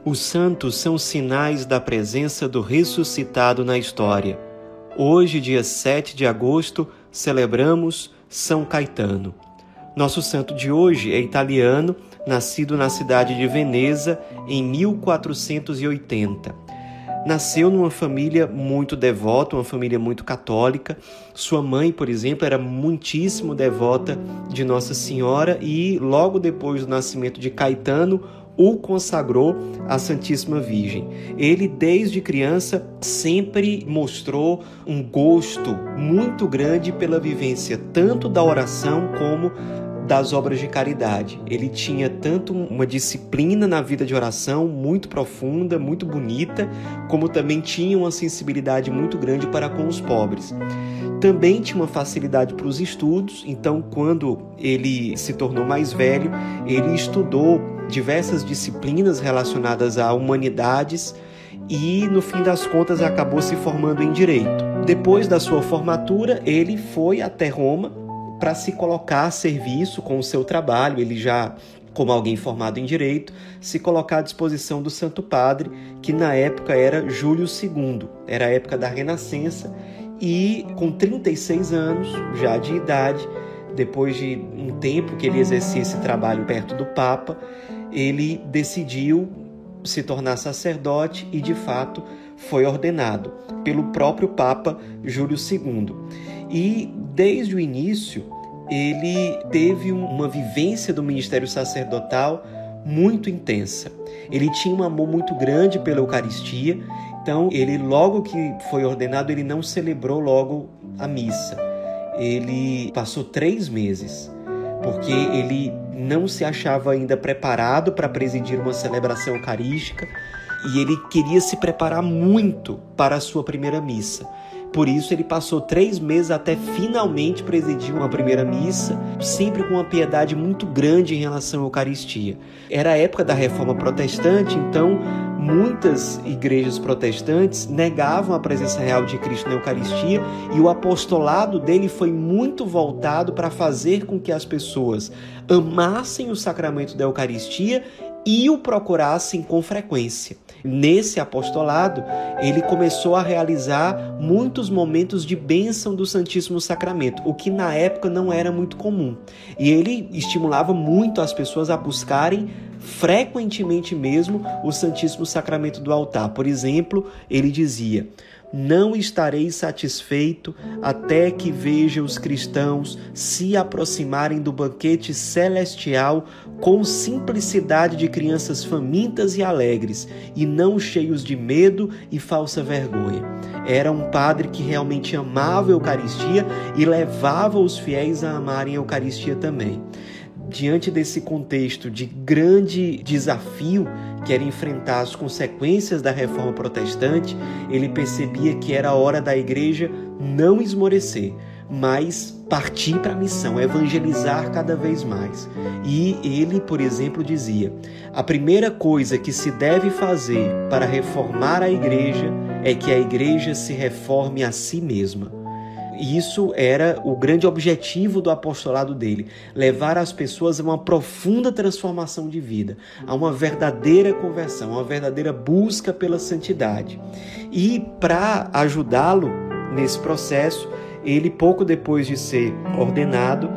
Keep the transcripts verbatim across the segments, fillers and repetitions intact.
Os santos são sinais da presença do ressuscitado na história. Hoje, dia sete de agosto, celebramos São Caetano. Nosso santo de hoje é italiano, nascido na cidade de Veneza em mil quatrocentos e oitenta. Nasceu numa família muito devota, uma família muito católica. Sua mãe, por exemplo, era muitíssimo devota de Nossa Senhora e logo depois do nascimento de Caetano, o consagrou à Santíssima Virgem. Ele, desde criança, sempre mostrou um gosto muito grande pela vivência tanto da oração como das obras de caridade. Ele tinha tanto uma disciplina na vida de oração muito profunda, muito bonita, como também tinha uma sensibilidade muito grande para com os pobres. Também tinha uma facilidade para os estudos, então quando ele se tornou mais velho, ele estudou diversas disciplinas relacionadas a humanidades e, no fim das contas, acabou se formando em Direito. Depois da sua formatura, ele foi até Roma para se colocar a serviço com o seu trabalho. Ele já, como alguém formado em Direito, se colocar à disposição do Santo Padre, que na época era Júlio segundo, era a época da Renascença, e com trinta e seis anos, já de idade, depois de um tempo que ele exercia esse trabalho perto do Papa, ele decidiu se tornar sacerdote e, de fato, foi ordenado pelo próprio Papa Júlio segundo. E, desde o início, ele teve uma vivência do ministério sacerdotal muito intensa. Ele tinha um amor muito grande pela Eucaristia, então, ele, logo que foi ordenado, ele não celebrou logo a missa. Ele passou três meses, porque ele não se achava ainda preparado para presidir uma celebração eucarística e ele queria se preparar muito para a sua primeira missa. Por isso, ele passou três meses até finalmente presidir uma primeira missa, sempre com uma piedade muito grande em relação à Eucaristia. Era a época da Reforma Protestante, então muitas igrejas protestantes negavam a presença real de Cristo na Eucaristia e o apostolado dele foi muito voltado para fazer com que as pessoas amassem o sacramento da Eucaristia e o procurassem com frequência. Nesse apostolado, ele começou a realizar muitos momentos de bênção do Santíssimo Sacramento, o que na época não era muito comum. E ele estimulava muito as pessoas a buscarem frequentemente mesmo o Santíssimo Sacramento do altar. Por exemplo, ele dizia: não estarei satisfeito até que veja os cristãos se aproximarem do banquete celestial com simplicidade de crianças famintas e alegres, e não cheios de medo e falsa vergonha. Era um padre que realmente amava a Eucaristia e levava os fiéis a amarem a Eucaristia também. Diante desse contexto de grande desafio, que era enfrentar as consequências da Reforma Protestante, ele percebia que era hora da igreja não esmorecer, mas partir para a missão, evangelizar cada vez mais. E ele, por exemplo, dizia: a primeira coisa que se deve fazer para reformar a igreja é que a igreja se reforme a si mesma. Isso era o grande objetivo do apostolado dele, levar as pessoas a uma profunda transformação de vida, a uma verdadeira conversão, a uma verdadeira busca pela santidade. E para ajudá-lo nesse processo, ele, pouco depois de ser ordenado,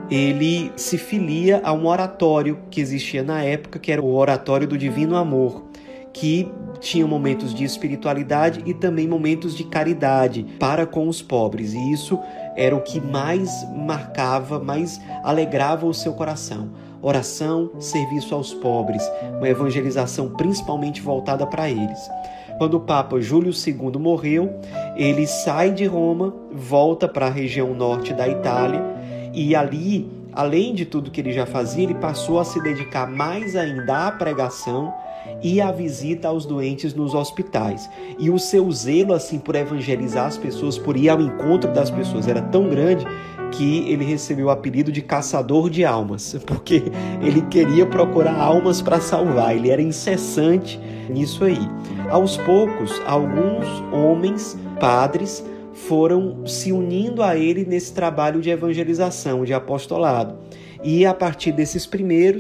ele se filia a um oratório que existia na época, que era o Oratório do Divino Amor, que tinha momentos de espiritualidade e também momentos de caridade para com os pobres. E isso era o que mais marcava, mais alegrava o seu coração. Oração, serviço aos pobres, uma evangelização principalmente voltada para eles. Quando o Papa Júlio segundo morreu, ele sai de Roma, volta para a região norte da Itália e ali, além de tudo que ele já fazia, ele passou a se dedicar mais ainda à pregação e a visita aos doentes nos hospitais. E o seu zelo assim por evangelizar as pessoas, por ir ao encontro das pessoas, era tão grande que ele recebeu o apelido de caçador de almas, porque ele queria procurar almas para salvar, ele era incessante nisso aí. Aos poucos, alguns homens, padres, foram se unindo a ele nesse trabalho de evangelização, de apostolado. E a partir desses primeiros,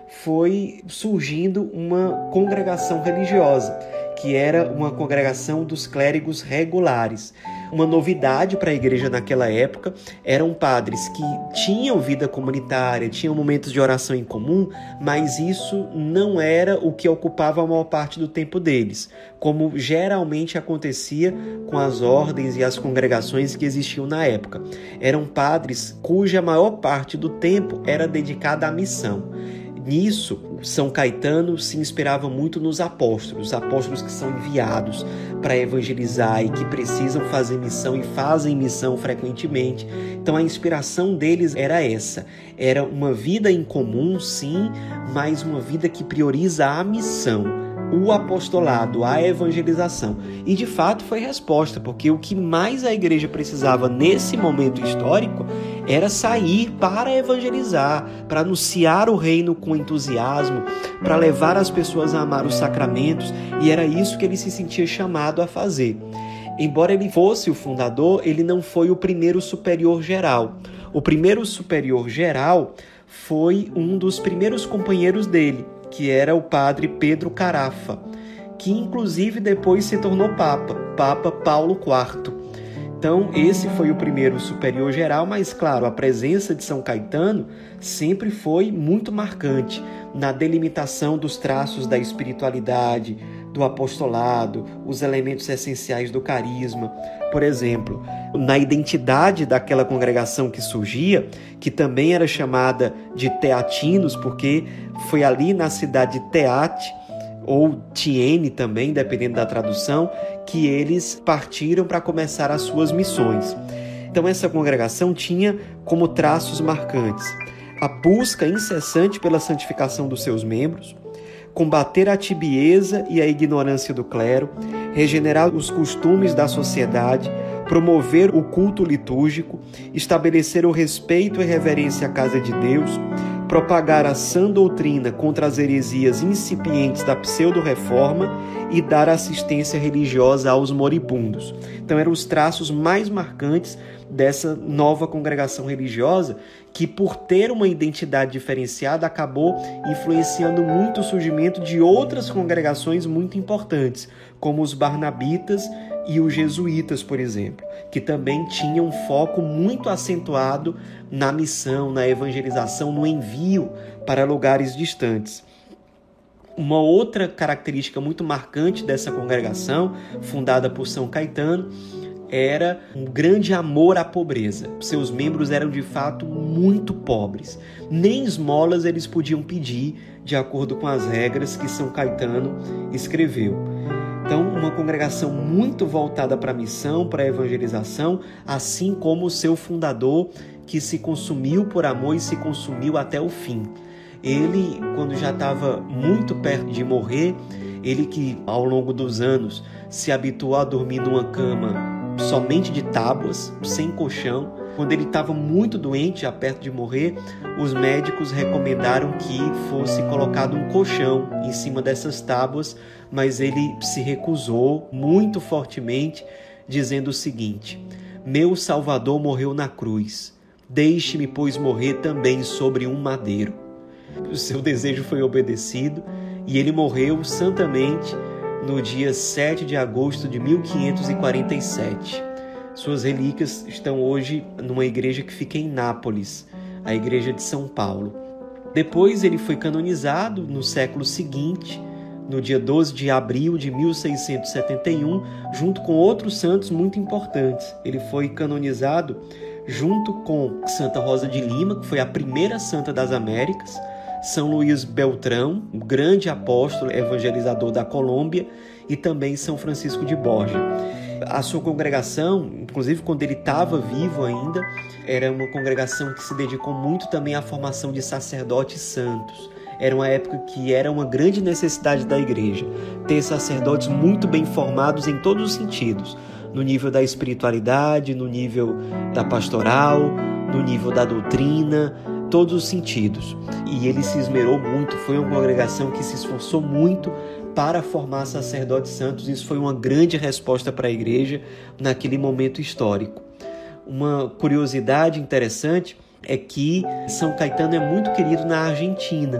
foi surgindo uma congregação religiosa, que era uma congregação dos clérigos regulares. Uma novidade para a igreja naquela época eram padres que tinham vida comunitária, tinham momentos de oração em comum, mas isso não era o que ocupava a maior parte do tempo deles, como geralmente acontecia com as ordens e as congregações que existiam na época. Eram padres cuja maior parte do tempo era dedicada à missão. Nisso, São Caetano se inspirava muito nos apóstolos, os apóstolos que são enviados para evangelizar e que precisam fazer missão e fazem missão frequentemente. Então a inspiração deles era essa, era uma vida em comum, sim, mas uma vida que prioriza a missão, o apostolado, a evangelização. E de fato foi resposta, porque o que mais a igreja precisava nesse momento histórico era sair para evangelizar, para anunciar o reino com entusiasmo, para levar as pessoas a amar os sacramentos, e era isso que ele se sentia chamado a fazer. Embora ele fosse o fundador, ele não foi o primeiro superior geral. O primeiro superior geral foi um dos primeiros companheiros dele, que era o padre Pedro Carafa, que inclusive depois se tornou Papa, Papa Paulo quarto. Então, esse foi o primeiro superior geral, mas, claro, a presença de São Caetano sempre foi muito marcante na delimitação dos traços da espiritualidade, do apostolado, os elementos essenciais do carisma. Por exemplo, na identidade daquela congregação que surgia, que também era chamada de teatinos, porque foi ali na cidade de Teate, ou Tiene também, dependendo da tradução, que eles partiram para começar as suas missões. Então essa congregação tinha como traços marcantes a busca incessante pela santificação dos seus membros, combater a tibieza e a ignorância do clero, regenerar os costumes da sociedade, promover o culto litúrgico, estabelecer o respeito e reverência à casa de Deus, propagar a sã doutrina contra as heresias incipientes da pseudo-reforma e dar assistência religiosa aos moribundos. Então eram os traços mais marcantes dessa nova congregação religiosa que, por ter uma identidade diferenciada, acabou influenciando muito o surgimento de outras congregações muito importantes, como os barnabitas e os jesuítas, por exemplo, que também tinham um foco muito acentuado na missão, na evangelização, no envio para lugares distantes. Uma outra característica muito marcante dessa congregação, fundada por São Caetano, era um grande amor à pobreza. Seus membros eram de fato muito pobres. Nem esmolas eles podiam pedir, de acordo com as regras que São Caetano escreveu. Então, uma congregação muito voltada para a missão, para a evangelização, assim como o seu fundador, que se consumiu por amor e se consumiu até o fim. Ele, quando já estava muito perto de morrer, ele que ao longo dos anos se habituou a dormir numa cama somente de tábuas, sem colchão, quando ele estava muito doente, já perto de morrer, os médicos recomendaram que fosse colocado um colchão em cima dessas tábuas, mas ele se recusou muito fortemente, dizendo o seguinte: meu Salvador morreu na cruz, deixe-me, pois, morrer também sobre um madeiro. O seu desejo foi obedecido e ele morreu santamente no dia sete de agosto de mil quinhentos e quarenta e sete. Suas relíquias estão hoje numa igreja que fica em Nápoles, a igreja de São Paulo. Depois ele foi canonizado no século seguinte, no dia doze de abril de mil seiscentos e setenta e um, junto com outros santos muito importantes. Ele foi canonizado junto com Santa Rosa de Lima, que foi a primeira santa das Américas, São Luís Beltrão, um grande apóstolo evangelizador da Colômbia, e também São Francisco de Borja. A sua congregação, inclusive quando ele estava vivo ainda, era uma congregação que se dedicou muito também à formação de sacerdotes santos. Era uma época que era uma grande necessidade da igreja, ter sacerdotes muito bem formados em todos os sentidos, no nível da espiritualidade, no nível da pastoral, no nível da doutrina, todos os sentidos. E ele se esmerou muito, foi uma congregação que se esforçou muito para formar sacerdotes santos. Isso foi uma grande resposta para a igreja naquele momento histórico. Uma curiosidade interessante é que São Caetano é muito querido na Argentina.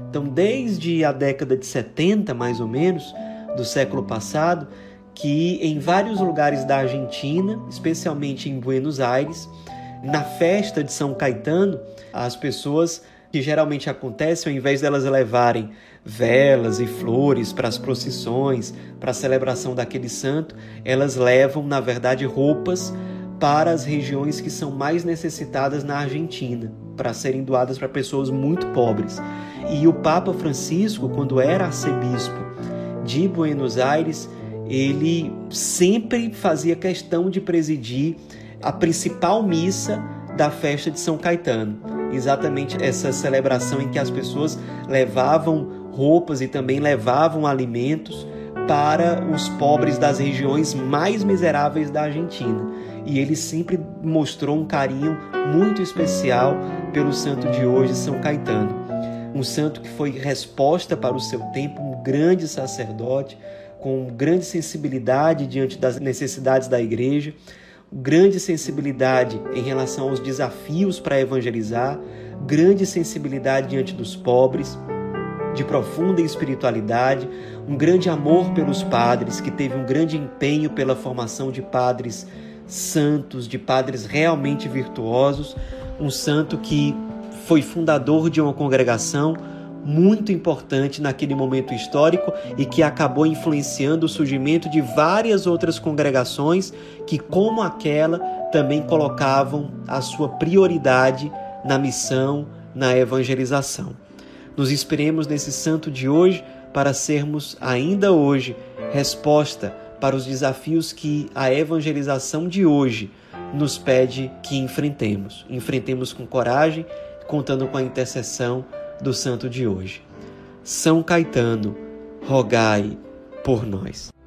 Então, desde a década de setenta, mais ou menos, do século passado, que em vários lugares da Argentina, especialmente em Buenos Aires, na festa de São Caetano, as pessoas, que geralmente acontece, ao invés delas levarem velas e flores para as procissões, para a celebração daquele santo, elas levam, na verdade, roupas para as regiões que são mais necessitadas na Argentina, para serem doadas para pessoas muito pobres. E o Papa Francisco, quando era arcebispo de Buenos Aires, ele sempre fazia questão de presidir a principal missa da festa de São Caetano. Exatamente essa celebração em que as pessoas levavam roupas e também levavam alimentos para os pobres das regiões mais miseráveis da Argentina. E ele sempre mostrou um carinho muito especial pelo santo de hoje, São Caetano. Um santo que foi resposta para o seu tempo, um grande sacerdote, com grande sensibilidade diante das necessidades da igreja, grande sensibilidade em relação aos desafios para evangelizar, grande sensibilidade diante dos pobres, de profunda espiritualidade, um grande amor pelos padres, que teve um grande empenho pela formação de padres santos, de padres realmente virtuosos, um santo que foi fundador de uma congregação muito importante naquele momento histórico e que acabou influenciando o surgimento de várias outras congregações que, como aquela, também colocavam a sua prioridade na missão, na evangelização. Nos inspiremos nesse santo de hoje para sermos ainda hoje resposta para os desafios que a evangelização de hoje nos pede que enfrentemos. Enfrentemos com coragem, contando com a intercessão do santo de hoje. São Caetano, rogai por nós.